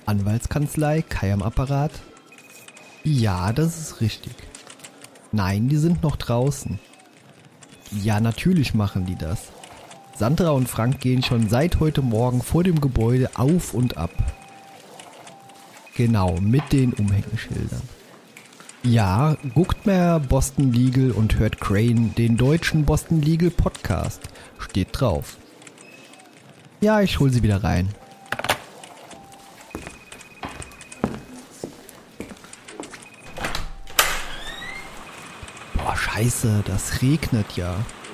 Anwaltskanzlei, Kai am Apparat? Ja, das ist richtig. Nein, die sind noch draußen. Ja, natürlich machen die das. Sandra und Frank gehen schon seit heute Morgen vor dem Gebäude auf und ab. Genau, mit den Umhängeschildern. Ja, guckt mehr Boston Legal und hört Crane, den deutschen Boston Legal Podcast. Steht drauf. Ja, ich hol sie wieder rein. Boah, scheiße, das regnet ja.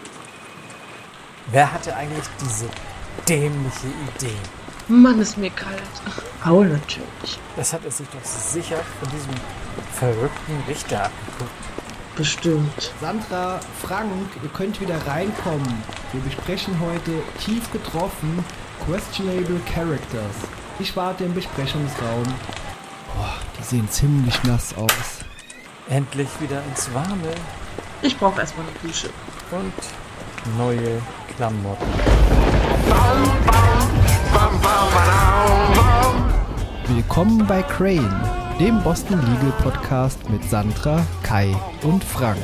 Wer hatte eigentlich diese dämliche Idee? Mann, ist mir kalt. Paul natürlich. Das hat er sich doch sicher von diesem verrückten Richter abgeguckt. Bestimmt. Sandra, Frank, ihr könnt wieder reinkommen. Wir besprechen heute tief getroffen Questionable Characters. Ich warte im Besprechungsraum. Boah, die sehen ziemlich nass aus. Endlich wieder ins Warme Ich brauche erstmal eine Dusche. und neue Klamotten. Willkommen bei Crane, dem Boston Legal Podcast mit Sandra, Kai und Frank.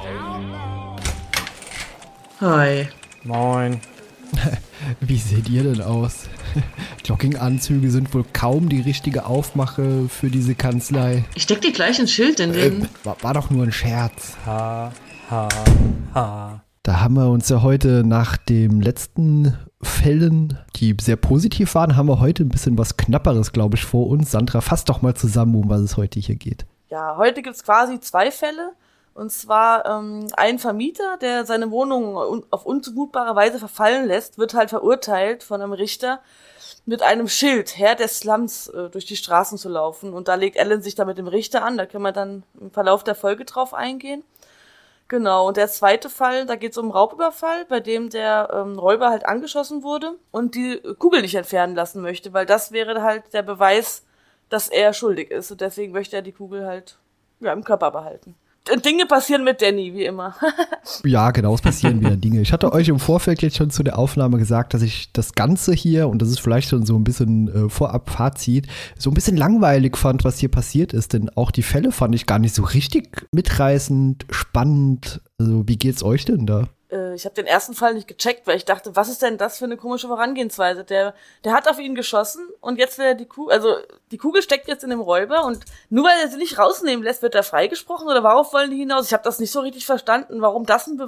Hi. Moin. Wie seht ihr denn aus? Jogginganzüge sind wohl kaum die richtige Aufmache für diese Kanzlei. Ich steck dir gleich ein Schild in den... War doch nur ein Scherz. Ha, ha, ha. Da haben wir uns ja heute nach den letzten Fällen, die sehr positiv waren, haben wir heute ein bisschen was Knapperes, glaube ich, vor uns. Sandra, fass doch mal zusammen, um was es heute hier geht. Ja, heute gibt es quasi 2 Fälle. Und zwar ein Vermieter, der seine Wohnung auf unzumutbare Weise verfallen lässt, wird halt verurteilt von einem Richter, mit einem Schild Herr des Slums durch die Straßen zu laufen. Und da legt Alan sich da mit dem Richter an. Da können wir dann im Verlauf der Folge drauf eingehen. Genau, und der zweite Fall, da geht es um einen Raubüberfall, bei dem der Räuber halt angeschossen wurde und die Kugel nicht entfernen lassen möchte, weil das wäre halt der Beweis, dass er schuldig ist. Und deswegen möchte er die Kugel halt im Körper behalten. Und Dinge passieren mit Danny, wie immer. Ja, genau, es passieren wieder Dinge. Ich hatte euch im Vorfeld jetzt schon zu der Aufnahme gesagt, dass ich das Ganze hier, und das ist vielleicht schon so ein bisschen Vorab-Fazit, so ein bisschen langweilig fand, was hier passiert ist. Denn auch die Fälle fand ich gar nicht so richtig mitreißend, spannend. Also wie geht's euch denn da? Ich habe den ersten Fall nicht gecheckt, weil ich dachte, was ist denn das für eine komische Vorangehensweise? Der hat auf ihn geschossen und jetzt will er die Kugel steckt jetzt in dem Räuber und nur weil er sie nicht rausnehmen lässt, wird er freigesprochen oder worauf wollen die hinaus? Ich habe das nicht so richtig verstanden, warum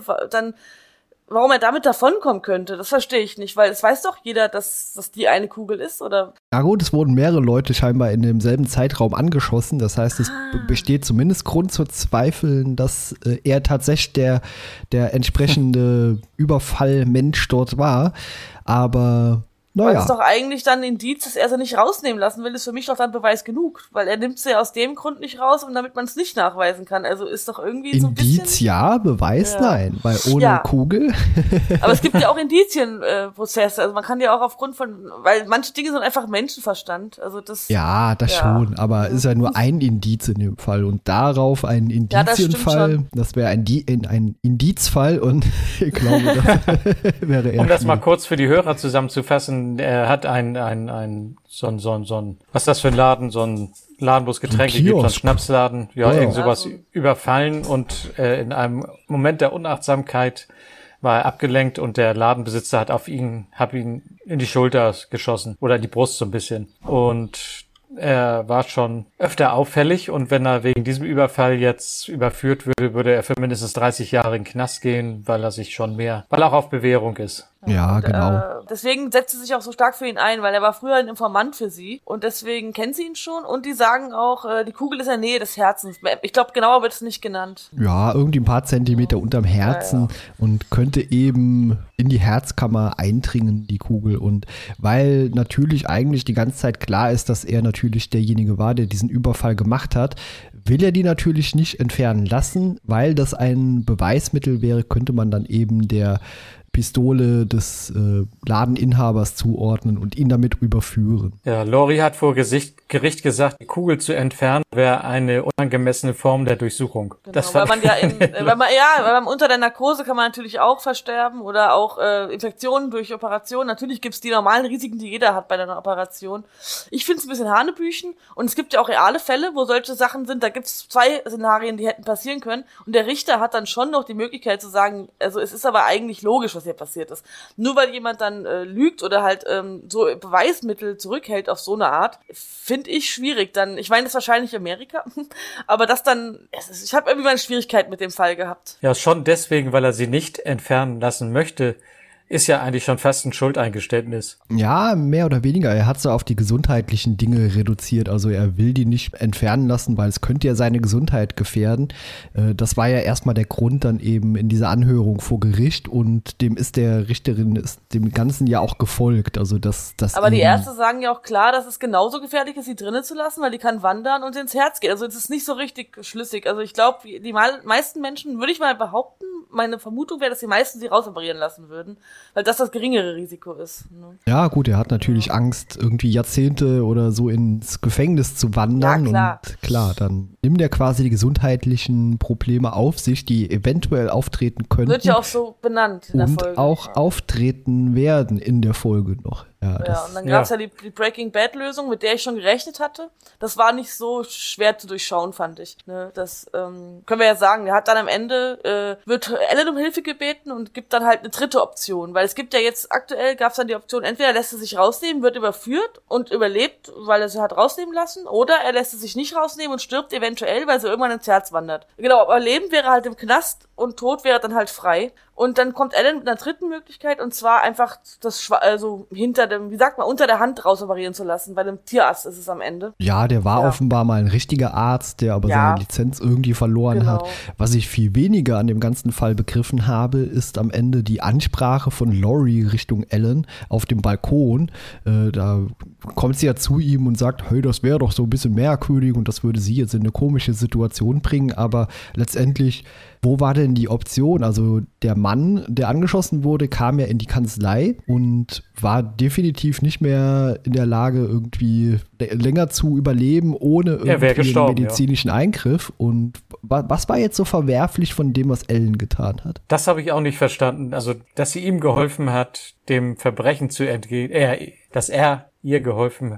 warum er damit davonkommen könnte. Das verstehe ich nicht, weil es weiß doch jeder, dass das die eine Kugel ist, oder? Ja gut, es wurden mehrere Leute scheinbar in demselben Zeitraum angeschossen. Das heißt, es besteht zumindest Grund zu zweifeln, dass er tatsächlich der entsprechende Überfallmensch dort war. Aber Weil naja. es doch eigentlich dann ein Indiz, dass er sie nicht rausnehmen lassen will, ist für mich doch dann Beweis genug. Weil er nimmt sie ja aus dem Grund nicht raus und damit man es nicht nachweisen kann. Also ist doch irgendwie so ein bisschen... Indiz ja, Beweis nein. Weil ohne Kugel... Aber es gibt ja auch Indizienprozesse. Also man kann ja auch aufgrund von... Weil manche Dinge sind einfach Menschenverstand. Also das... Ja, das schon. Aber es ist ja nur ein Indiz in dem Fall. Und darauf ein Indizienfall, das wäre ein Indizfall. Und ich glaube, das wäre eher... Um das mal kurz für die Hörer zusammenzufassen, er hat so ein, was ist das für ein Laden, so ein Laden, wo es Getränke gibt, so ein Schnapsladen, irgend sowas überfallen und in einem Moment der Unachtsamkeit war er abgelenkt und der Ladenbesitzer hat ihn in die Schulter geschossen oder in die Brust so ein bisschen und er war schon öfter auffällig und wenn er wegen diesem Überfall jetzt überführt würde er für mindestens 30 Jahre in den Knast gehen, weil er auch auf Bewährung ist. Ja, genau. Deswegen setzt sie sich auch so stark für ihn ein, weil er war früher ein Informant für sie und deswegen kennt sie ihn schon und die sagen auch, die Kugel ist in der Nähe des Herzens. Ich glaube, genauer wird es nicht genannt. Ja, irgendwie ein paar Zentimeter unterm Herzen und könnte eben in die Herzkammer eindringen, die Kugel. Und weil natürlich eigentlich die ganze Zeit klar ist, dass er natürlich derjenige war, der diesen Überfall gemacht hat, will er die natürlich nicht entfernen lassen, weil das ein Beweismittel wäre, könnte man dann eben der Pistole des Ladeninhabers zuordnen und ihn damit überführen. Ja, Laurie hat vor Gericht gesagt, die Kugel zu entfernen wäre eine unangemessene Form der Durchsuchung. Genau, Das weil man weil man unter der Narkose kann man natürlich auch versterben oder auch Infektionen durch Operationen. Natürlich gibt's die normalen Risiken, die jeder hat bei einer Operation. Ich finde es ein bisschen Hanebüchen und es gibt ja auch reale Fälle, wo solche Sachen sind. Da gibt's 2 Szenarien, die hätten passieren können und der Richter hat dann schon noch die Möglichkeit zu sagen, also es ist aber eigentlich logisch, was hier passiert ist. Nur weil jemand dann lügt oder halt so Beweismittel zurückhält auf so eine Art, finde ich schwierig. Dann, ich meine, das ist wahrscheinlich Amerika, aber das dann, ich habe irgendwie meine Schwierigkeit mit dem Fall gehabt. Ja, schon deswegen, weil er sie nicht entfernen lassen möchte, ist ja eigentlich schon fast ein Schuldeingeständnis. Ja, mehr oder weniger. Er hat so auf die gesundheitlichen Dinge reduziert. Also er will die nicht entfernen lassen, weil es könnte ja seine Gesundheit gefährden. Das war ja erstmal der Grund dann eben in dieser Anhörung vor Gericht und dem ist der Richterin dem Ganzen ja auch gefolgt. Also das aber die Ärzte sagen ja auch klar, dass es genauso gefährlich ist, sie drinnen zu lassen, weil die kann wandern und ins Herz gehen. Also es ist nicht so richtig schlüssig. Also ich glaube, die meisten Menschen, würde ich mal behaupten, meine Vermutung wäre, dass die meisten sie rausoperieren lassen würden, weil das geringere Risiko ist. Ne? Ja, gut, er hat natürlich Angst, irgendwie Jahrzehnte oder so ins Gefängnis zu wandern. Ja, klar. Und klar, dann nimmt er quasi die gesundheitlichen Probleme auf sich, die eventuell auftreten könnten. Wird ja auch so benannt in der Folge. Und auch auftreten werden in der Folge noch. Ja, und dann gab's ja die Breaking Bad-Lösung, mit der ich schon gerechnet hatte. Das war nicht so schwer zu durchschauen, fand ich. Ne? Das können wir ja sagen. Der hat dann am Ende, wird Ellen um Hilfe gebeten und gibt dann halt eine dritte Option. Weil es gibt ja jetzt, aktuell gab's dann die Option, entweder lässt er sich rausnehmen, wird überführt und überlebt, weil er sie hat rausnehmen lassen, oder er lässt es sich nicht rausnehmen und stirbt eventuell, weil sie irgendwann ins Herz wandert. Genau, aber Leben wäre halt im Knast und Tod wäre dann halt frei. Und dann kommt Ellen mit einer dritten Möglichkeit, und zwar einfach das hinter dem, wie sagt man, unter der Hand rausoperieren zu lassen. Bei dem Tierarzt ist es am Ende. Ja, der war offenbar mal ein richtiger Arzt, der aber seine Lizenz irgendwie verloren hat. Was ich viel weniger an dem ganzen Fall begriffen habe, ist am Ende die Ansprache von Laurie Richtung Ellen auf dem Balkon. Da kommt sie ja zu ihm und sagt, hey, das wäre doch so ein bisschen merkwürdig und das würde sie jetzt in eine komische Situation bringen. Aber letztendlich, wo war denn die Option? Also der Mann, der angeschossen wurde, kam ja in die Kanzlei und war definitiv nicht mehr in der Lage, irgendwie länger zu überleben, ohne irgendwie einen medizinischen Eingriff. Und was war jetzt so verwerflich von dem, was Ellen getan hat? Das habe ich auch nicht verstanden. Also, dass sie ihm geholfen hat, dem Verbrechen zu entgehen, dass er ihm geholfen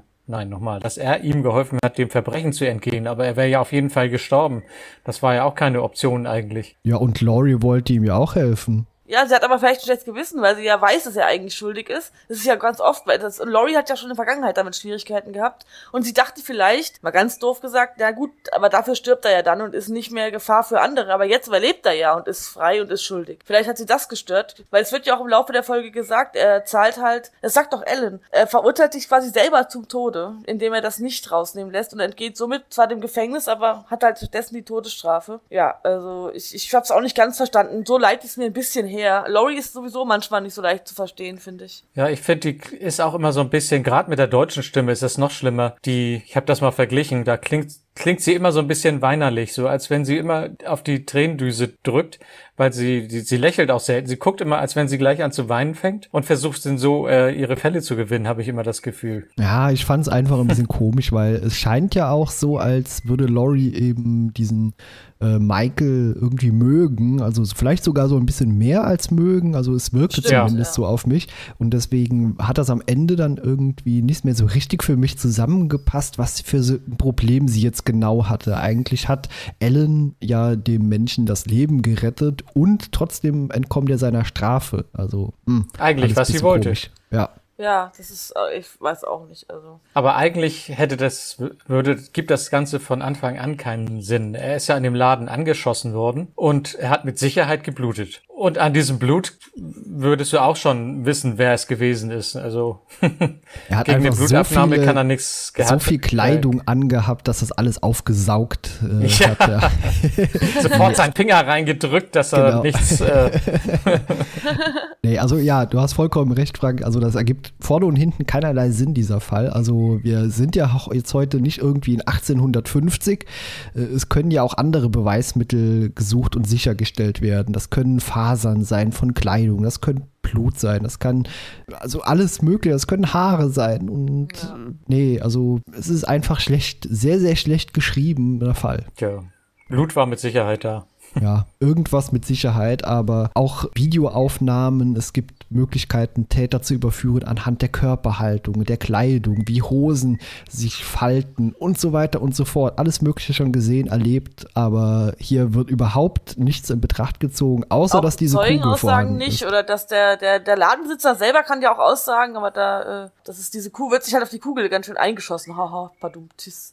hat, dem Verbrechen zu entgehen, aber er wäre ja auf jeden Fall gestorben. Das war ja auch keine Option eigentlich. Ja, und Laurie wollte ihm ja auch helfen. Ja, sie hat aber vielleicht ein schlechtes Gewissen, weil sie ja weiß, dass er eigentlich schuldig ist. Das ist ja ganz oft, weil Laurie hat ja schon in der Vergangenheit damit Schwierigkeiten gehabt. Und sie dachte vielleicht, mal ganz doof gesagt, na gut, aber dafür stirbt er ja dann und ist nicht mehr Gefahr für andere. Aber jetzt überlebt er ja und ist frei und ist schuldig. Vielleicht hat sie das gestört, weil es wird ja auch im Laufe der Folge gesagt, er zahlt halt, das sagt doch Ellen, er verurteilt sich quasi selber zum Tode, indem er das nicht rausnehmen lässt und entgeht somit zwar dem Gefängnis, aber hat halt stattdessen die Todesstrafe. Ja, also ich hab's auch nicht ganz verstanden. So leid ist mir ein bisschen her. Laurie ist sowieso manchmal nicht so leicht zu verstehen, finde ich. Ja, ich finde, die ist auch immer so ein bisschen, gerade mit der deutschen Stimme ist das noch schlimmer. Ich habe das mal verglichen, da klingt sie immer so ein bisschen weinerlich, so als wenn sie immer auf die Tränendüse drückt, weil sie lächelt auch selten. Sie guckt immer, als wenn sie gleich an zu weinen fängt und versucht dann so ihre Fälle zu gewinnen, habe ich immer das Gefühl. Ja, ich fand es einfach ein bisschen komisch, weil es scheint ja auch so, als würde Laurie eben diesen Michael irgendwie mögen, also vielleicht sogar so ein bisschen mehr als mögen, also es wirkte zumindest so auf mich und deswegen hat das am Ende dann irgendwie nicht mehr so richtig für mich zusammengepasst, was für so ein Problem sie jetzt genau hatte. Eigentlich hat Ellen ja dem Menschen das Leben gerettet und trotzdem entkommt er seiner Strafe, also eigentlich, was sie wollte. Komisch. Ja. Ja, das ist, ich weiß auch nicht, also. Aber eigentlich gibt das Ganze von Anfang an keinen Sinn. Er ist ja in dem Laden angeschossen worden und er hat mit Sicherheit geblutet. Und an diesem Blut würdest du auch schon wissen, wer es gewesen ist. Also er hat gegen die Blutabnahme kann er nichts gehabt. So viel Kleidung angehabt, dass das alles aufgesaugt hat. Ja. Sofort seinen Finger reingedrückt, dass er nichts... Nee, also ja, du hast vollkommen recht, Frank. Also das ergibt vorne und hinten keinerlei Sinn, dieser Fall. Also wir sind ja jetzt heute nicht irgendwie in 1850. Es können ja auch andere Beweismittel gesucht und sichergestellt werden. Das können Farben Fasern sein von Kleidung, das können Blut sein, das kann also alles mögliche, das können Haare sein und nee, also es ist einfach schlecht, sehr, sehr schlecht geschrieben, der Fall. Tja, Blut war mit Sicherheit da. Ja, irgendwas mit Sicherheit, aber auch Videoaufnahmen, es gibt Möglichkeiten, Täter zu überführen anhand der Körperhaltung, der Kleidung, wie Hosen sich falten und so weiter und so fort. Alles Mögliche schon gesehen, erlebt, aber hier wird überhaupt nichts in Betracht gezogen, außer auch dass diese Kugel Zeugenaussagen vorhanden nicht ist. oder dass der Ladenbesitzer selber kann ja auch aussagen, aber das ist diese Kugel, wird sich halt auf die Kugel ganz schön eingeschossen. Haha, padum, tschüss.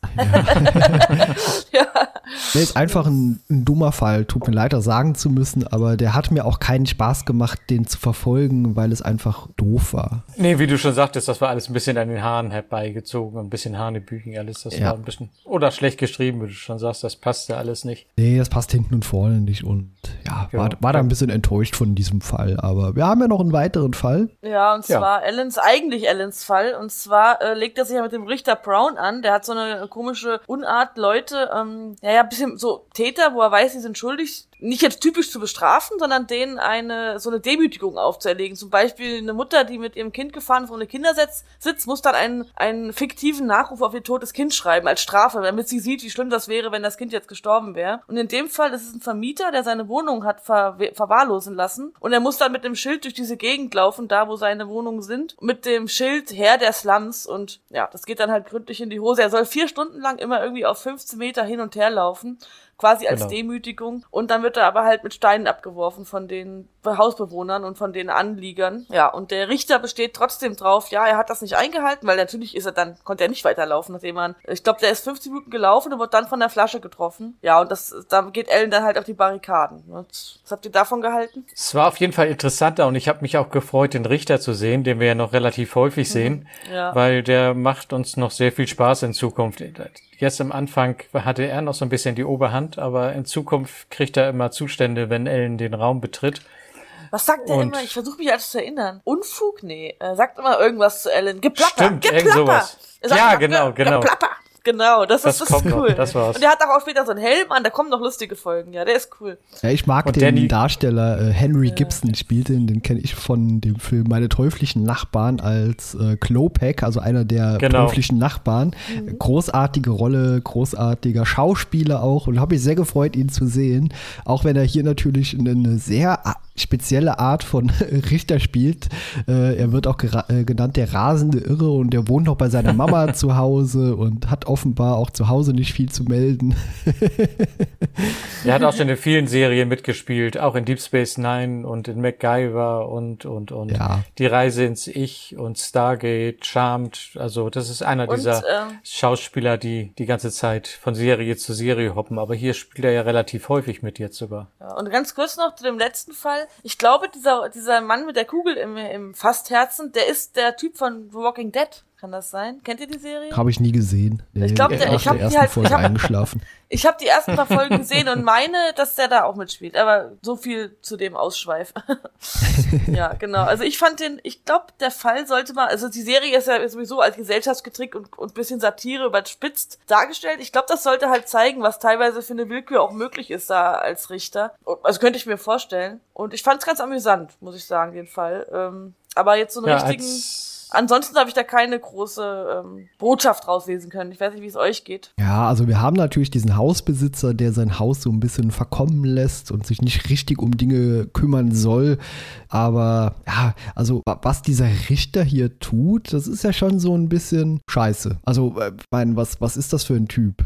Ja. Der ist einfach ein dummer Fall, tut mir leid, das sagen zu müssen, aber der hat mir auch keinen Spaß gemacht, den zu verfolgen, weil es einfach doof war. Nee, wie du schon sagtest, das war alles ein bisschen an den Haaren herbeigezogen, ein bisschen Hanebüchen alles, das war ein bisschen, oder schlecht geschrieben, wie du schon sagst, das passte alles nicht. Nee, das passt hinten und vorne nicht und ja, war da ein bisschen enttäuscht von diesem Fall, aber wir haben ja noch einen weiteren Fall. Ja, und zwar Allens Fall, und zwar legt er sich ja mit dem Richter Brown an, der hat so eine komische Unart, Leute, ein bisschen so Täter, wo er weiß, sie sind schuldig, nicht jetzt typisch zu bestrafen, sondern denen so eine Demütigung aufzuerlegen. Zum Beispiel eine Mutter, die mit ihrem Kind gefahren ist, ohne Kindersitz sitzt, muss dann einen fiktiven Nachruf auf ihr totes Kind schreiben, als Strafe, damit sie sieht, wie schlimm das wäre, wenn das Kind jetzt gestorben wäre. Und in dem Fall ist es ein Vermieter, der seine Wohnung hat verwahrlosen lassen. Und er muss dann mit dem Schild durch diese Gegend laufen, da wo seine Wohnungen sind, mit dem Schild Herr der Slums. Und ja, das geht dann halt gründlich in die Hose. Er soll 4 Stunden lang immer irgendwie auf 15 Meter hin und her laufen, quasi als Demütigung. Und dann wird er aber halt mit Steinen abgeworfen von den Hausbewohnern und von den Anliegern. Ja, und der Richter besteht trotzdem drauf, ja, er hat das nicht eingehalten, weil natürlich konnte er nicht weiterlaufen, ich glaube, der ist 15 Minuten gelaufen und wird dann von der Flasche getroffen. Ja, und da geht Ellen dann halt auf die Barrikaden. Was habt ihr davon gehalten? Es war auf jeden Fall interessanter und ich habe mich auch gefreut, den Richter zu sehen, den wir ja noch relativ häufig sehen, weil der macht uns noch sehr viel Spaß in Zukunft. Jetzt am Anfang hatte er noch so ein bisschen die Oberhand, aber in Zukunft kriegt er immer Zustände, wenn Ellen den Raum betritt. Was sagt er immer? Ich versuche mich alles zu erinnern. Unfug? Nee. Er sagt immer irgendwas zu Ellen. Geplapper! Stimmt, irgend sowas. Ja, genau. Geplapper! Genau, das ist cool. Das war's. Und der hat auch später so einen Helm an, da kommen noch lustige Folgen. Ja, der ist cool. Ja, ich mag den Darsteller Henry Gibson, spielt den kenne ich von dem Film Meine teuflischen Nachbarn als Klopek, also einer der teuflischen Nachbarn. Großartige Rolle, großartiger Schauspieler auch und habe mich sehr gefreut, ihn zu sehen. Auch wenn er hier natürlich eine sehr spezielle Art von Richter spielt. Er wird auch genannt der rasende Irre und der wohnt noch bei seiner Mama zu Hause und hat offenbar auch zu Hause nicht viel zu melden. Er hat auch schon in vielen Serien mitgespielt, auch in Deep Space Nine und in MacGyver und Die Reise ins Ich und Stargate, Charmed. Also das ist einer dieser Schauspieler, die ganze Zeit von Serie zu Serie hoppen. Aber hier spielt er ja relativ häufig mit jetzt sogar. Ja, und ganz kurz noch zu dem letzten Fall. Ich glaube, dieser Mann mit der Kugel im Fastherzen, der ist der Typ von The Walking Dead. Kann das sein? Kennt ihr die Serie? Habe ich nie gesehen. Ich glaube, ich habe die Folge eingeschlafen. Ich habe die ersten paar Folgen gesehen und meine, dass der da auch mitspielt. Aber so viel zu dem Ausschweif. Ja, genau. Also ich glaube, der Fall sollte mal, also die Serie ist ja sowieso als Gesellschaftsgetrick und ein bisschen Satire überspitzt dargestellt. Ich glaube, das sollte halt zeigen, was teilweise für eine Willkür auch möglich ist da als Richter. Also könnte ich mir vorstellen. Und ich fand es ganz amüsant, muss ich sagen, den Fall. Aber jetzt so einen richtigen... Ansonsten habe ich da keine große Botschaft rauslesen können. Ich weiß nicht, wie es euch geht. Ja, also wir haben natürlich diesen Hausbesitzer, der sein Haus so ein bisschen verkommen lässt und sich nicht richtig um Dinge kümmern soll. Aber ja, also was dieser Richter hier tut, das ist ja schon so ein bisschen scheiße. Also, was ist das für ein Typ?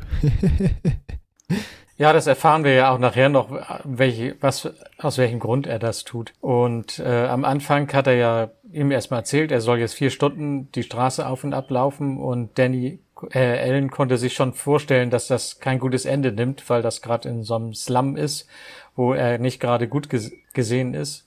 Ja, das erfahren wir ja auch nachher noch, aus welchem Grund er das tut. Und am Anfang hat er ja ihm erstmal erzählt, er soll jetzt 4 Stunden die Straße auf und ab laufen und Ellen konnte sich schon vorstellen, dass das kein gutes Ende nimmt, weil das gerade in so einem Slum ist, wo er nicht gerade gut angesehen ist.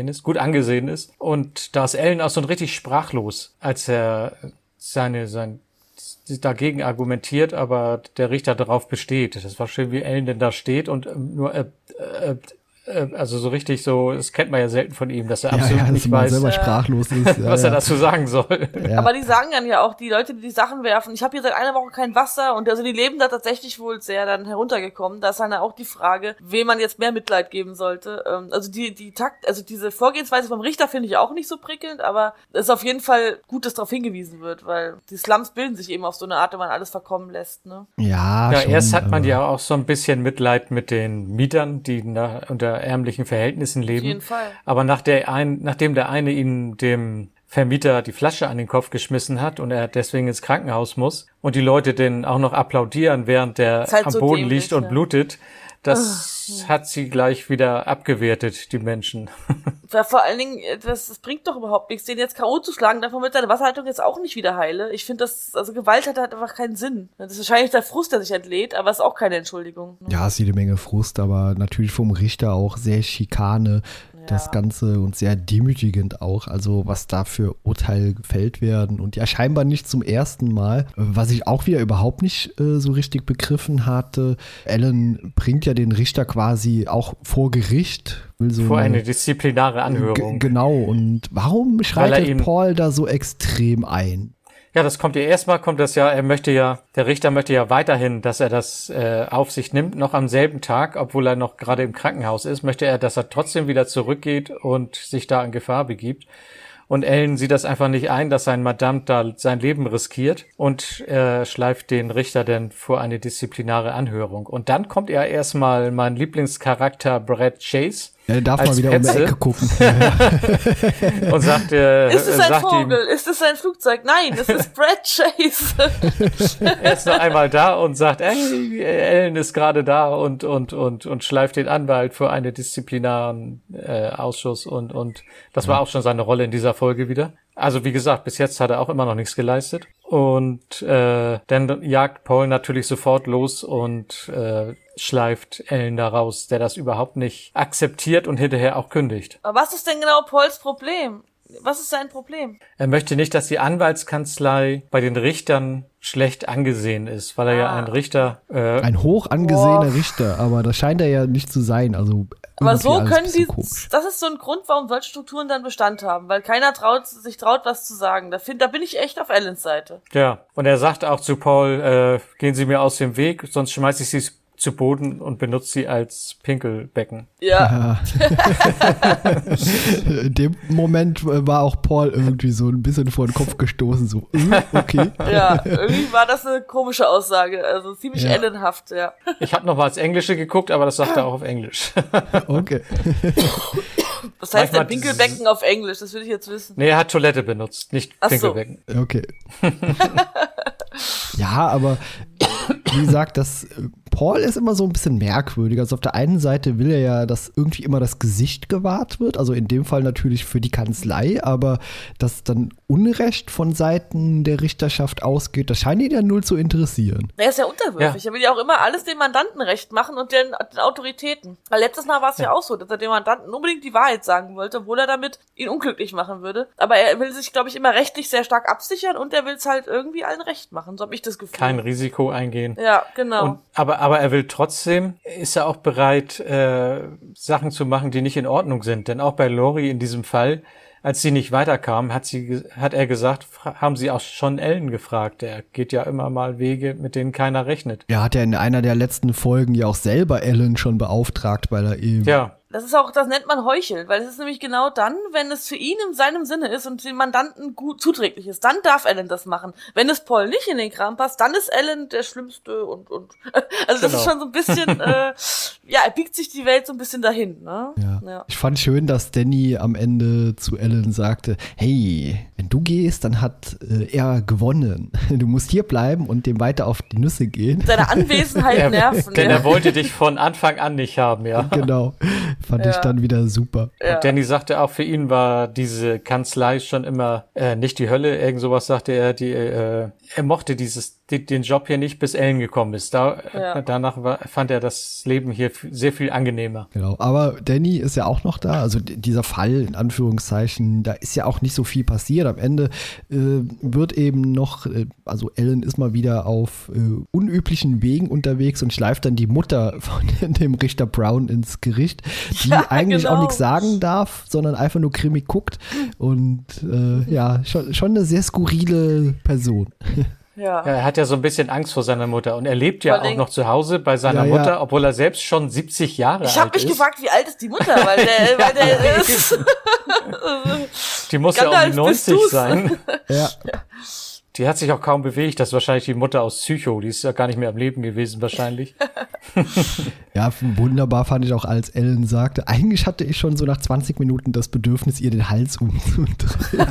Und da ist Ellen auch so richtig sprachlos, als er sein dagegen argumentiert, aber der Richter darauf besteht. Das war schön, wie Ellen denn da steht und nur also so richtig so, das kennt man ja selten von ihm, dass er absolut nicht weiß, selber sprachlos ist. was er dazu sagen soll. Ja. Aber die sagen dann ja auch, die Leute, die Sachen werfen, ich habe hier seit einer Woche kein Wasser und also die leben da tatsächlich wohl sehr dann heruntergekommen. Da ist dann auch die Frage, wem man jetzt mehr Mitleid geben sollte. Also diese Vorgehensweise vom Richter finde ich auch nicht so prickelnd, aber es ist auf jeden Fall gut, dass darauf hingewiesen wird, weil die Slums bilden sich eben auf so eine Art, wenn man alles verkommen lässt, ne? Ja, schon, erst hat man ja auch so ein bisschen Mitleid mit den Mietern, die unter ärmlichen Verhältnissen leben. Auf jeden Fall. Aber nachdem der eine ihnen dem Vermieter die Flasche an den Kopf geschmissen hat und er deswegen ins Krankenhaus muss und die Leute den auch noch applaudieren, während der halt am Boden liegt und blutet, das hat sie gleich wieder abgewertet, die Menschen. Ja, vor allen Dingen, das bringt doch überhaupt nichts, den jetzt K.O. zu schlagen, davon wird seine Wasserhaltung jetzt auch nicht wieder heile. Ich finde Gewalt hat halt einfach keinen Sinn. Das ist wahrscheinlich der Frust, der sich entlädt, aber ist auch keine Entschuldigung. Ja, es ist jede Menge Frust, aber natürlich vom Richter auch sehr Schikane. Das Ganze und sehr demütigend auch, also was da für Urteile gefällt werden und ja scheinbar nicht zum ersten Mal, was ich auch wieder überhaupt nicht so richtig begriffen hatte. Ellen bringt ja den Richter quasi auch vor Gericht. Vor eine disziplinare Anhörung. Genau, und warum schreitet Paul da so extrem ein? Ja, das kommt ja erstmal, der Richter möchte ja weiterhin, dass er das auf sich nimmt, noch am selben Tag, obwohl er noch gerade im Krankenhaus ist, möchte er, dass er trotzdem wieder zurückgeht und sich da in Gefahr begibt. Und Ellen sieht das einfach nicht ein, dass sein Mandant da sein Leben riskiert und schleift den Richter dann vor eine disziplinare Anhörung. Und dann kommt ja erstmal mein Lieblingscharakter Brad Chase. Er darf mal wieder um die Ecke gucken. Und sagt, ist es ein Vogel? Ist es ein Flugzeug? Nein, es ist Brad Chase. Er ist noch einmal da und sagt, ey, Ellen ist gerade da und schleift den Anwalt vor einen disziplinaren Ausschuss und das war auch schon seine Rolle in dieser Folge wieder. Also wie gesagt, bis jetzt hat er auch immer noch nichts geleistet. Und dann jagt Paul natürlich sofort los und schleift Ellen da raus, der das überhaupt nicht akzeptiert und hinterher auch kündigt. Aber was ist denn genau Pauls Problem? Was ist sein Problem? Er möchte nicht, dass die Anwaltskanzlei bei den Richtern schlecht angesehen ist, weil er ja ein Richter... ein hoch angesehener Richter, aber das scheint er ja nicht zu sein, also... Aber so können die, das ist so ein Grund, warum solche Strukturen dann Bestand haben, weil keiner sich traut, was zu sagen. Da bin ich echt auf Ellens Seite. Ja, und er sagt auch zu Paul, gehen Sie mir aus dem Weg, sonst schmeiße ich Sie zu Boden und benutzt sie als Pinkelbecken. Ja. In dem Moment war auch Paul irgendwie so ein bisschen vor den Kopf gestoßen, so, okay. Ja, irgendwie war das eine komische Aussage, also ziemlich ellenhaft, ja. Ich habe noch mal ins Englische geguckt, aber das sagt er auch auf Englisch. Okay. Was heißt denn Pinkelbecken auf Englisch? Das will ich jetzt wissen. Nee, er hat Toilette benutzt, nicht Pinkelbecken. So. Okay. Ja, aber wie gesagt, Paul ist immer so ein bisschen merkwürdig. Also auf der einen Seite will er ja, dass irgendwie immer das Gesicht gewahrt wird. Also in dem Fall natürlich für die Kanzlei, aber dass dann Unrecht von Seiten der Richterschaft ausgeht, das scheint ihn ja null zu interessieren. Er ist ja unterwürfig. Ja. Er will ja auch immer alles dem Mandanten recht machen und den Autoritäten. Weil letztes Mal war es ja auch so, dass er dem Mandanten unbedingt die Wahrheit sagen wollte, obwohl er damit ihn unglücklich machen würde. Aber er will sich, glaube ich, immer rechtlich sehr stark absichern und er will es halt irgendwie allen recht machen. So habe ich das Gefühl. Kein Risiko eingehen. Ja, genau. Aber er will trotzdem, ist er auch bereit, Sachen zu machen, die nicht in Ordnung sind. Denn auch bei Lori in diesem Fall, als sie nicht weiterkam, hat er gesagt, haben sie auch schon Ellen gefragt. Er geht ja immer mal Wege, mit denen keiner rechnet. Er hat ja in einer der letzten Folgen ja auch selber Ellen schon beauftragt, weil er eben... Ja. Das nennt man Heucheln, weil es ist nämlich genau dann, wenn es für ihn in seinem Sinne ist und dem Mandanten gut zuträglich ist, dann darf Ellen das machen. Wenn es Paul nicht in den Kram passt, dann ist Ellen der Schlimmste und also das ist schon so ein bisschen, er biegt sich die Welt so ein bisschen dahin, ne? Ja. Ich fand schön, dass Danny am Ende zu Ellen sagte, hey, wenn du gehst, dann hat er gewonnen. Du musst hier bleiben und dem weiter auf die Nüsse gehen. Seine Anwesenheit nerven. Denn er wollte dich von Anfang an nicht haben, ja. Genau. Fand ich dann wieder super. Ja. Und Danny sagte auch, für ihn war diese Kanzlei schon immer nicht die Hölle. Irgend sowas sagte er. Er mochte den Job hier nicht, bis Ellen gekommen ist. Danach fand er das Leben hier sehr viel angenehmer. Genau, aber Danny ist ja auch noch da, also dieser Fall in Anführungszeichen, da ist ja auch nicht so viel passiert. Am Ende wird eben noch, also Ellen ist mal wieder auf unüblichen Wegen unterwegs und schleift dann die Mutter von dem Richter Brown ins Gericht, die eigentlich auch nichts sagen darf, sondern einfach nur grimmig guckt und schon eine sehr skurrile Person. Ja. Er hat ja so ein bisschen Angst vor seiner Mutter und er lebt ja auch noch zu Hause bei seiner Mutter, obwohl er selbst schon 70 Jahre alt ist. Ich habe mich gefragt, wie alt ist die Mutter, weil der ist... Die muss ja um die 90 sein. Ja. Die hat sich auch kaum bewegt. Das ist wahrscheinlich die Mutter aus Psycho. Die ist ja gar nicht mehr am Leben gewesen wahrscheinlich. Ja, wunderbar fand ich auch, als Ellen sagte, eigentlich hatte ich schon so nach 20 Minuten das Bedürfnis, ihr den Hals umzudrehen.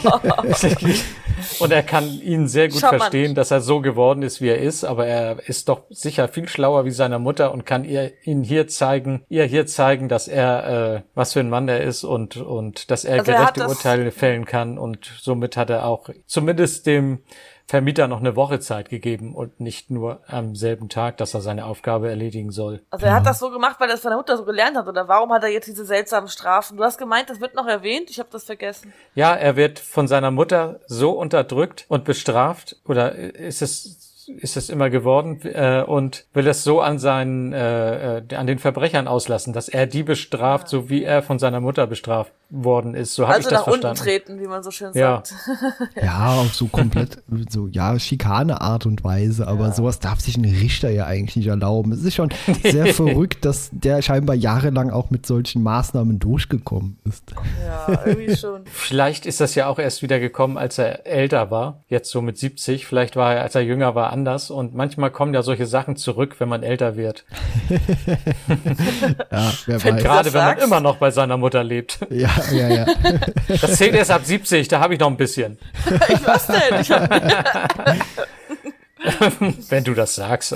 Und er kann ihn sehr gut verstehen, dass er so geworden ist, wie er ist. Aber er ist doch sicher viel schlauer wie seine Mutter und kann ihr hier zeigen, dass er, was für ein Mann er ist und dass er gerechte Urteile fällen kann. Und somit hat er auch zumindest dem Vermieter noch eine Woche Zeit gegeben und nicht nur am selben Tag, dass er seine Aufgabe erledigen soll. Also er hat das so gemacht, weil er es von der Mutter so gelernt hat, oder warum hat er jetzt diese seltsamen Strafen? Du hast gemeint, das wird noch erwähnt, ich habe das vergessen. Ja, er wird von seiner Mutter so unterdrückt und bestraft, oder ist es immer geworden, und will es so an den Verbrechern auslassen, dass er die bestraft, so wie er von seiner Mutter bestraft worden ist. So habe ich das verstanden. Also nach unten treten, wie man so schön sagt. Ja, auf so komplett, schikane Art und Weise, aber sowas darf sich ein Richter ja eigentlich nicht erlauben. Es ist schon sehr verrückt, dass der scheinbar jahrelang auch mit solchen Maßnahmen durchgekommen ist. Ja, irgendwie schon. Vielleicht ist das ja auch erst wieder gekommen, als er älter war, jetzt so mit 70. Vielleicht war er, als er jünger war, anders. Und manchmal kommen ja solche Sachen zurück, wenn man älter wird. Ja, wer weiß. Gerade wenn man immer noch bei seiner Mutter lebt. Ja. Das zählt erst ab 70, da habe ich noch ein bisschen. Ich weiß nicht. Wenn du das sagst.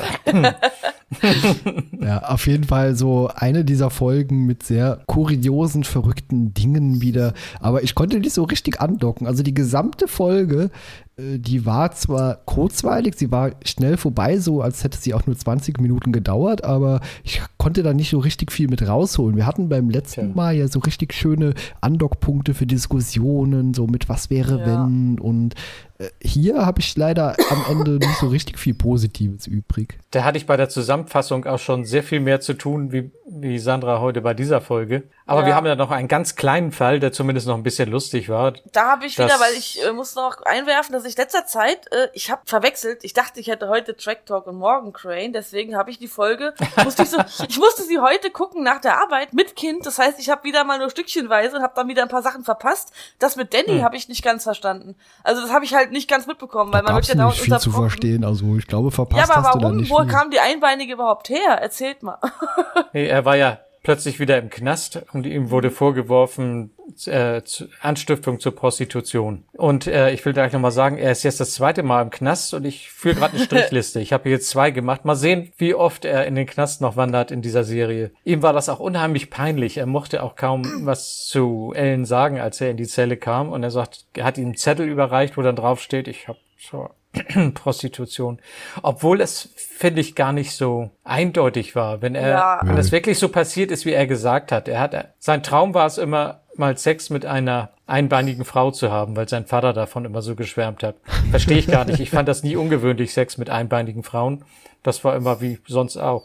Ja, auf jeden Fall so eine dieser Folgen mit sehr kuriosen, verrückten Dingen wieder. Aber ich konnte nicht so richtig andocken. Also die gesamte Folge, die war zwar kurzweilig, sie war schnell vorbei, so als hätte sie auch nur 20 Minuten gedauert, aber ich konnte da nicht so richtig viel mit rausholen. Wir hatten beim letzten Mal ja so richtig schöne Andockpunkte für Diskussionen, so mit was wäre wenn, und hier habe ich leider am Ende nicht so richtig viel Positives übrig. Da hatte ich bei der Zusammenfassung auch schon sehr viel mehr zu tun, wie Sandra heute bei dieser Folge. Aber wir haben ja noch einen ganz kleinen Fall, der zumindest noch ein bisschen lustig war. Da habe ich wieder, weil ich muss noch einwerfen, dass ich letzter Zeit, ich habe verwechselt, ich dachte, ich hätte heute Track Talk und morgen Crane, deswegen habe ich die Folge, ich musste sie heute gucken nach der Arbeit mit Kind, das heißt, ich habe wieder mal nur stückchenweise und habe dann wieder ein paar Sachen verpasst. Das mit Danny habe ich nicht ganz verstanden. Also das habe ich halt nicht ganz mitbekommen, weil man wird ja dauernd nicht viel zu verstehen, also ich glaube, verpasst hast du da nicht viel. Wo kam die Einbeinige überhaupt her? Erzählt mal. Hey, er war ja plötzlich wieder im Knast und ihm wurde vorgeworfen, Anstiftung zur Prostitution. Und ich will gleich nochmal sagen, er ist jetzt das 2. Mal im Knast und ich führe gerade eine Strichliste. Ich habe hier jetzt 2 gemacht. Mal sehen, wie oft er in den Knast noch wandert in dieser Serie. Ihm war das auch unheimlich peinlich. Er mochte auch kaum was zu Ellen sagen, als er in die Zelle kam. Und er hat ihm einen Zettel überreicht, wo dann drauf steht, ich habe so Prostitution. Obwohl es, finde ich, gar nicht so eindeutig war. Wenn das wirklich so passiert ist, wie er gesagt hat. Sein Traum war es immer, mal Sex mit einer einbeinigen Frau zu haben, weil sein Vater davon immer so geschwärmt hat. Verstehe ich gar nicht. Ich fand das nie ungewöhnlich, Sex mit einbeinigen Frauen. Das war immer wie sonst auch.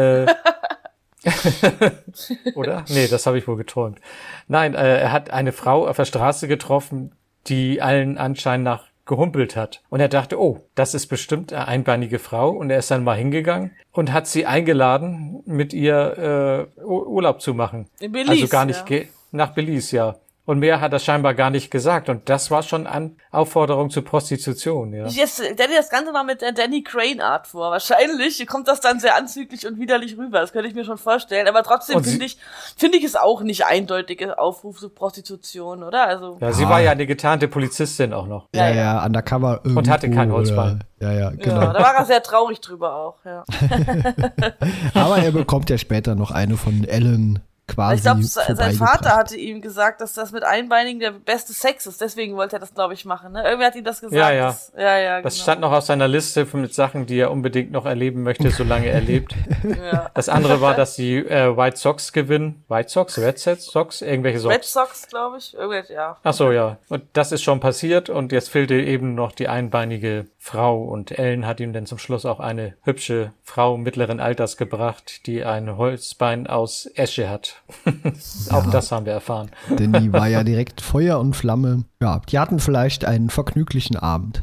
Oder? Nee, das habe ich wohl geträumt. Nein, er hat eine Frau auf der Straße getroffen, die allen Anschein nach gehumpelt hat. Und er dachte, oh, das ist bestimmt eine einbeinige Frau. Und er ist dann mal hingegangen und hat sie eingeladen, mit ihr Urlaub zu machen. In Belize, also gar nicht nach Belize, ja. Und mehr hat er scheinbar gar nicht gesagt. Und das war schon eine Aufforderung zur Prostitution, ja. Ich stelle dir das Ganze mal mit der Danny Crane Art vor. Wahrscheinlich kommt das dann sehr anzüglich und widerlich rüber. Das könnte ich mir schon vorstellen. Aber trotzdem finde ich es auch nicht eindeutige Aufruf zur Prostitution, oder? Also. Ja, sie war ja eine getarnte Polizistin auch noch. Ja, undercover irgendwo. Und hatte kein Holzbein. Ja, genau. Ja, da war er sehr traurig drüber auch, ja. Aber er bekommt ja später noch eine von Ellen quasi Ich glaube, sein vorbeigebracht. Vater hatte ihm gesagt, dass das mit Einbeinigen der beste Sex ist. Deswegen wollte er das, glaube ich, machen. Ne? Irgendwer hat ihm das gesagt. Ja. Genau. Das stand noch auf seiner Liste mit Sachen, die er unbedingt noch erleben möchte, solange er lebt. Ja. Das andere war, dass die White Sox gewinnen. White Sox? Red Sox? Irgendwelche Sox? Red Sox, glaube ich. Ja. Ach so, ja. Und das ist schon passiert und jetzt fehlte eben noch die einbeinige Frau und Ellen hat ihm dann zum Schluss auch eine hübsche Frau mittleren Alters gebracht, die ein Holzbein aus Esche hat. Auch das haben wir erfahren. Denn die war ja direkt Feuer und Flamme. Ja, die hatten vielleicht einen vergnüglichen Abend.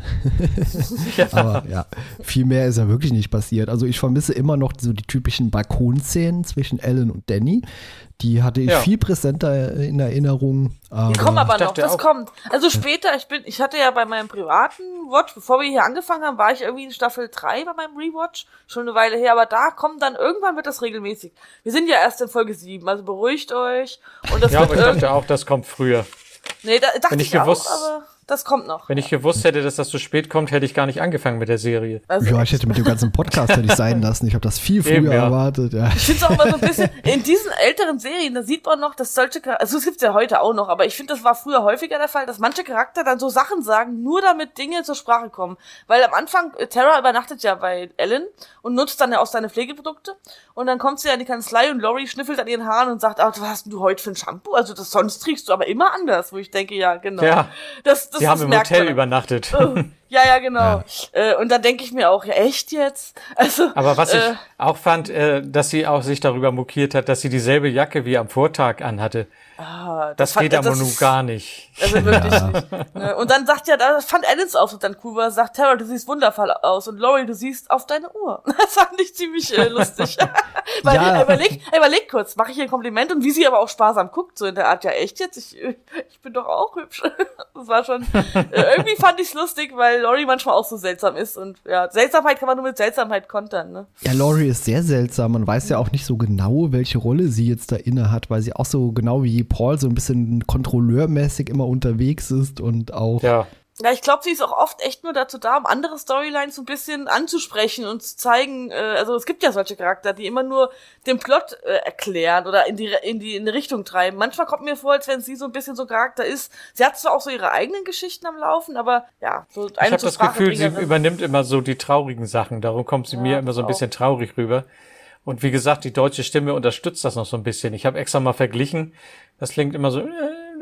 Aber ja, viel mehr ist ja wirklich nicht passiert. Also ich vermisse immer noch so die typischen Balkonszenen zwischen Ellen und Danny. Die hatte ich viel präsenter in Erinnerung. Die kommen aber noch, das kommt. Also später, ich hatte ja bei meinem privaten Watch, bevor wir hier angefangen haben, war ich irgendwie in Staffel 3 bei meinem Rewatch, schon eine Weile her, aber da kommt dann, irgendwann wird das regelmäßig. Wir sind ja erst in Folge 7, also beruhigt euch. Und das aber ich dachte auch, das kommt früher. Nee, dachte ich auch, aber das kommt noch. Wenn ich gewusst hätte, dass das so spät kommt, hätte ich gar nicht angefangen mit der Serie. Also ja, ich hätte mit dem ganzen Podcast hätte ich sein lassen. Ich habe das viel früher erwartet. Ja. Ich finde es auch immer so ein bisschen, in diesen älteren Serien, da sieht man noch, dass also es gibt's ja heute auch noch, aber ich finde, das war früher häufiger der Fall, dass manche Charakter dann so Sachen sagen, nur damit Dinge zur Sprache kommen. Weil am Anfang, Tara übernachtet ja bei Ellen und nutzt dann ja auch seine Pflegeprodukte und dann kommt sie ja in die Kanzlei und Laurie schnüffelt an ihren Haaren und sagt, was hast denn du heute für ein Shampoo? Also sonst riechst du aber immer anders, wo ich denke, ja, genau. Ja, sie haben im Hotel übernachtet. Ja, genau. Ja. Und dann denke ich mir auch, ja, echt jetzt? Also, aber was ich auch fand, dass sie auch sich darüber mokiert hat, dass sie dieselbe Jacke wie am Vortag anhatte. Das geht aber nun gar nicht. Also wirklich nicht. Und dann sagt ja, das fand Ellens Auftritt dann cool, weil er sagt, Tara, du siehst wundervoll aus und Laurie, du siehst auf deine Uhr. Das fand ich ziemlich lustig. Weil er überlegt kurz, mache ich ihr ein Kompliment und wie sie aber auch sparsam guckt, so in der Art, ja echt jetzt? Ich bin doch auch hübsch. Das war schon, irgendwie fand ich's lustig, weil Laurie manchmal auch so seltsam ist und ja, Seltsamkeit kann man nur mit Seltsamkeit kontern, ne? Ja, Laurie ist sehr seltsam. Man weiß ja auch nicht so genau, welche Rolle sie jetzt da inne hat, weil sie auch so genau wie Paul so ein bisschen kontrolleurmäßig immer unterwegs ist und auch. Ja, ich glaube, sie ist auch oft echt nur dazu da, um andere Storylines so ein bisschen anzusprechen und zu zeigen, also es gibt ja solche Charakter, die immer nur den Plot erklären oder in die Richtung treiben. Manchmal kommt mir vor, als wenn sie so ein bisschen so ein Charakter ist. Sie hat zwar auch so ihre eigenen Geschichten am Laufen, aber ja, so eine. Ich habe das Gefühl, sie übernimmt immer so die traurigen Sachen. Darum kommt sie mir immer so ein bisschen traurig rüber. Und wie gesagt, die deutsche Stimme unterstützt das noch so ein bisschen. Ich habe extra mal verglichen. Das klingt immer so.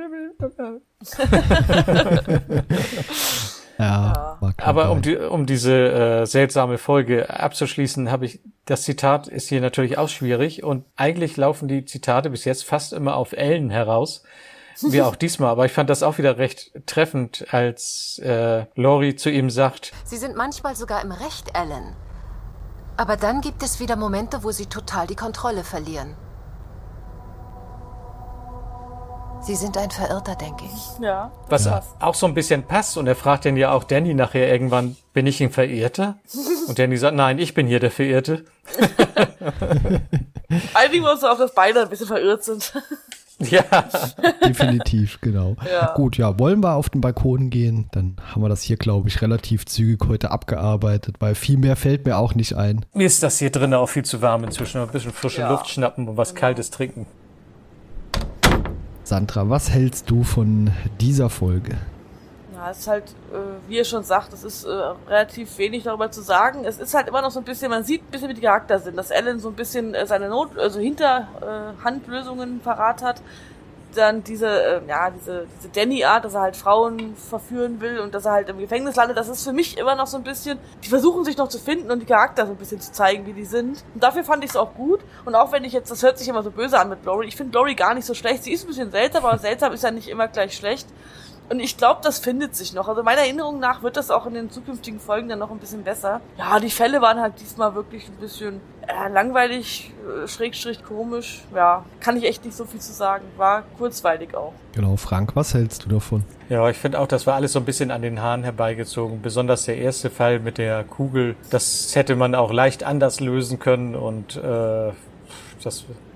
Aber um diese seltsame Folge abzuschließen, das Zitat ist hier natürlich auch schwierig und eigentlich laufen die Zitate bis jetzt fast immer auf Ellen heraus, wie auch diesmal, aber ich fand das auch wieder recht treffend, als Laurie zu ihm sagt: Sie sind manchmal sogar im Recht, Ellen. Aber dann gibt es wieder Momente, wo Sie total die Kontrolle verlieren. Sie sind ein Verirrter, denke ich. Ja. Was auch so ein bisschen passt. Und er fragt dann ja auch Danny nachher irgendwann, bin ich ein Verirrter? Und Danny sagt, nein, ich bin hier der Verirrte. Eigentlich muss auch, dass beide ein bisschen verirrt sind. Ja. Definitiv, genau. Ja. Gut, ja, wollen wir auf den Balkon gehen? Dann haben wir das hier, glaube ich, relativ zügig heute abgearbeitet, weil viel mehr fällt mir auch nicht ein. Mir ist das hier drinnen auch viel zu warm inzwischen. Ein bisschen frische Luft schnappen und was Kaltes trinken. Sandra, was hältst du von dieser Folge? Ja, es ist halt, wie ihr schon sagt, es ist relativ wenig darüber zu sagen. Es ist halt immer noch so ein bisschen, man sieht ein bisschen, wie die Charakter sind, dass Ellen so ein bisschen seine Hinterhandlösungen parat hat. Dann diese Danny-Art, dass er halt Frauen verführen will und dass er halt im Gefängnis landet, das ist für mich immer noch so ein bisschen, die versuchen sich noch zu finden und die Charakter so ein bisschen zu zeigen, wie die sind. Und dafür fand ich es auch gut. Und auch wenn ich jetzt, das hört sich immer so böse an mit Laurie, ich finde Laurie gar nicht so schlecht. Sie ist ein bisschen seltsam, aber seltsam ist ja nicht immer gleich schlecht. Und ich glaube, das findet sich noch. Also meiner Erinnerung nach wird das auch in den zukünftigen Folgen dann noch ein bisschen besser. Ja, die Fälle waren halt diesmal wirklich ein bisschen langweilig, schrägstrich komisch. Ja, kann ich echt nicht so viel zu sagen. War kurzweilig auch. Genau, Frank, was hältst du davon? Ja, ich finde auch, das war alles so ein bisschen an den Haaren herbeigezogen. Besonders der erste Fall mit der Kugel. Das hätte man auch leicht anders lösen können und das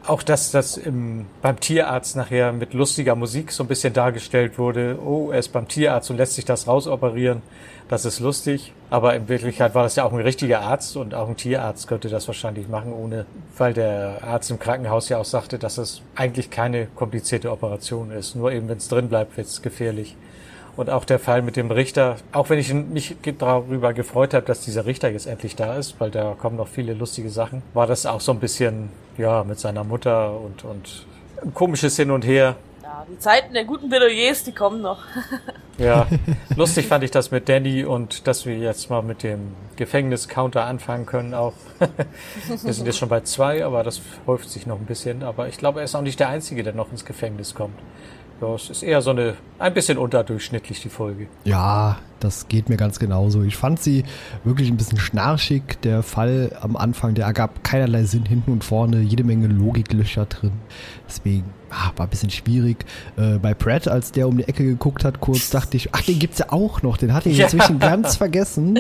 Auch, dass das beim Tierarzt nachher mit lustiger Musik so ein bisschen dargestellt wurde. Oh, er ist beim Tierarzt und lässt sich das rausoperieren. Das ist lustig. Aber in Wirklichkeit war das ja auch ein richtiger Arzt und auch ein Tierarzt könnte das wahrscheinlich machen, weil der Arzt im Krankenhaus ja auch sagte, dass es eigentlich keine komplizierte Operation ist. Nur eben, wenn es drin bleibt, wird es gefährlich. Und auch der Fall mit dem Richter, auch wenn ich mich darüber gefreut habe, dass dieser Richter jetzt endlich da ist, weil da kommen noch viele lustige Sachen, war das auch so ein bisschen, ja, mit seiner Mutter und ein komisches Hin und Her. Ja, die Zeiten der guten Plädoyers, die kommen noch. Ja, lustig fand ich das mit Danny und dass wir jetzt mal mit dem Gefängnis-Counter anfangen können auch. Wir sind jetzt schon bei 2, aber das häuft sich noch ein bisschen. Aber ich glaube, er ist auch nicht der Einzige, der noch ins Gefängnis kommt. Ja, es ist eher so ein bisschen unterdurchschnittlich, die Folge. Ja, das geht mir ganz genauso. Ich fand sie wirklich ein bisschen schnarchig. Der Fall am Anfang, der ergab keinerlei Sinn, hinten und vorne, jede Menge Logiklöcher drin. Deswegen war ein bisschen schwierig. Bei Pratt, als der um die Ecke geguckt hat, kurz dachte ich, ach, den gibt's ja auch noch. Den hatte ich inzwischen ganz vergessen.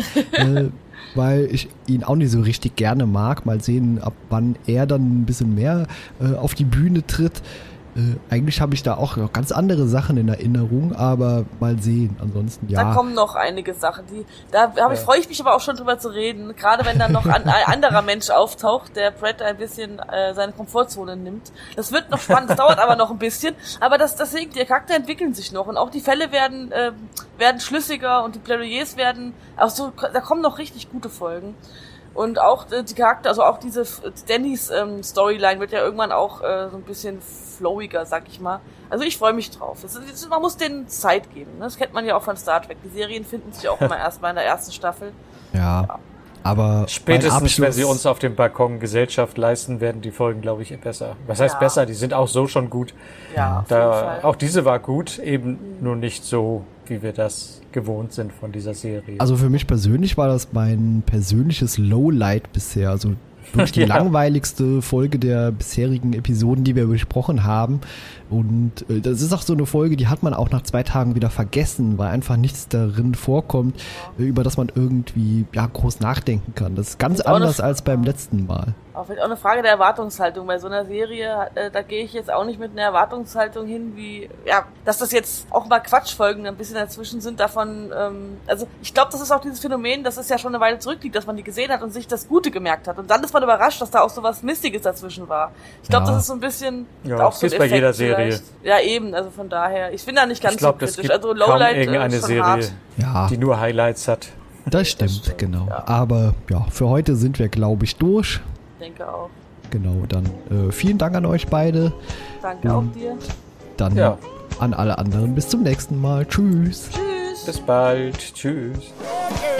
Weil ich ihn auch nicht so richtig gerne mag. Mal sehen, ab wann er dann ein bisschen mehr auf die Bühne tritt. Eigentlich habe ich da auch noch ganz andere Sachen in Erinnerung, aber mal sehen. Ansonsten, ja. Da kommen noch einige Sachen, freue ich mich aber auch schon drüber zu reden. Gerade wenn dann noch ein anderer Mensch auftaucht, der Pratt ein bisschen seine Komfortzone nimmt. Das wird noch spannend, das dauert aber noch ein bisschen. Aber deswegen, die Charakter entwickeln sich noch und auch die Fälle werden schlüssiger und die Plädoyers werden, also da kommen noch richtig gute Folgen. Und auch die Charakter, also auch diese Dannys Storyline wird ja irgendwann auch so ein bisschen flowiger, sag ich mal. Also ich freue mich drauf. Man muss denen Zeit geben. Ne? Das kennt man ja auch von Star Trek. Die Serien finden sich auch immer erst mal in der ersten Staffel. Ja. Aber spätestens, wenn sie uns auf dem Balkon Gesellschaft leisten, werden die Folgen, glaube ich, besser. Was heißt besser? Die sind auch so schon gut. Ja, auf jeden Fall. Auch diese war gut, eben nur nicht so, wie wir das gewohnt sind von dieser Serie. Also für mich persönlich war das mein persönliches Lowlight bisher. Also wirklich die langweiligste Folge der bisherigen Episoden, die wir besprochen haben. Und das ist auch so eine Folge, die hat man auch nach 2 Tagen wieder vergessen, weil einfach nichts darin vorkommt, über das man irgendwie groß nachdenken kann. Das ist ganz anders als beim letzten Mal. Auch eine Frage der Erwartungshaltung. Bei so einer Serie, da gehe ich jetzt auch nicht mit einer Erwartungshaltung hin, wie, dass das jetzt auch mal Quatschfolgen ein bisschen dazwischen sind, davon, also ich glaube, das ist auch dieses Phänomen, das ist ja schon eine Weile zurückliegt, dass man die gesehen hat und sich das Gute gemerkt hat. Und dann ist man überrascht, dass da auch so was Mistiges dazwischen war. Ich glaube, das ist so ein bisschen auch so ein Effekt. Bei jeder Serie. Ja, eben, also von daher. Ich bin da nicht ganz so kritisch. Es also Lowlight irgendeine Serie, die nur Highlights hat. Das stimmt, genau. Ja. Aber für heute sind wir, glaube ich, durch. Ich denke auch. Genau, dann vielen Dank an euch beide. Danke auch dir. Dann an alle anderen bis zum nächsten Mal. Tschüss. Tschüss. Bis bald. Tschüss.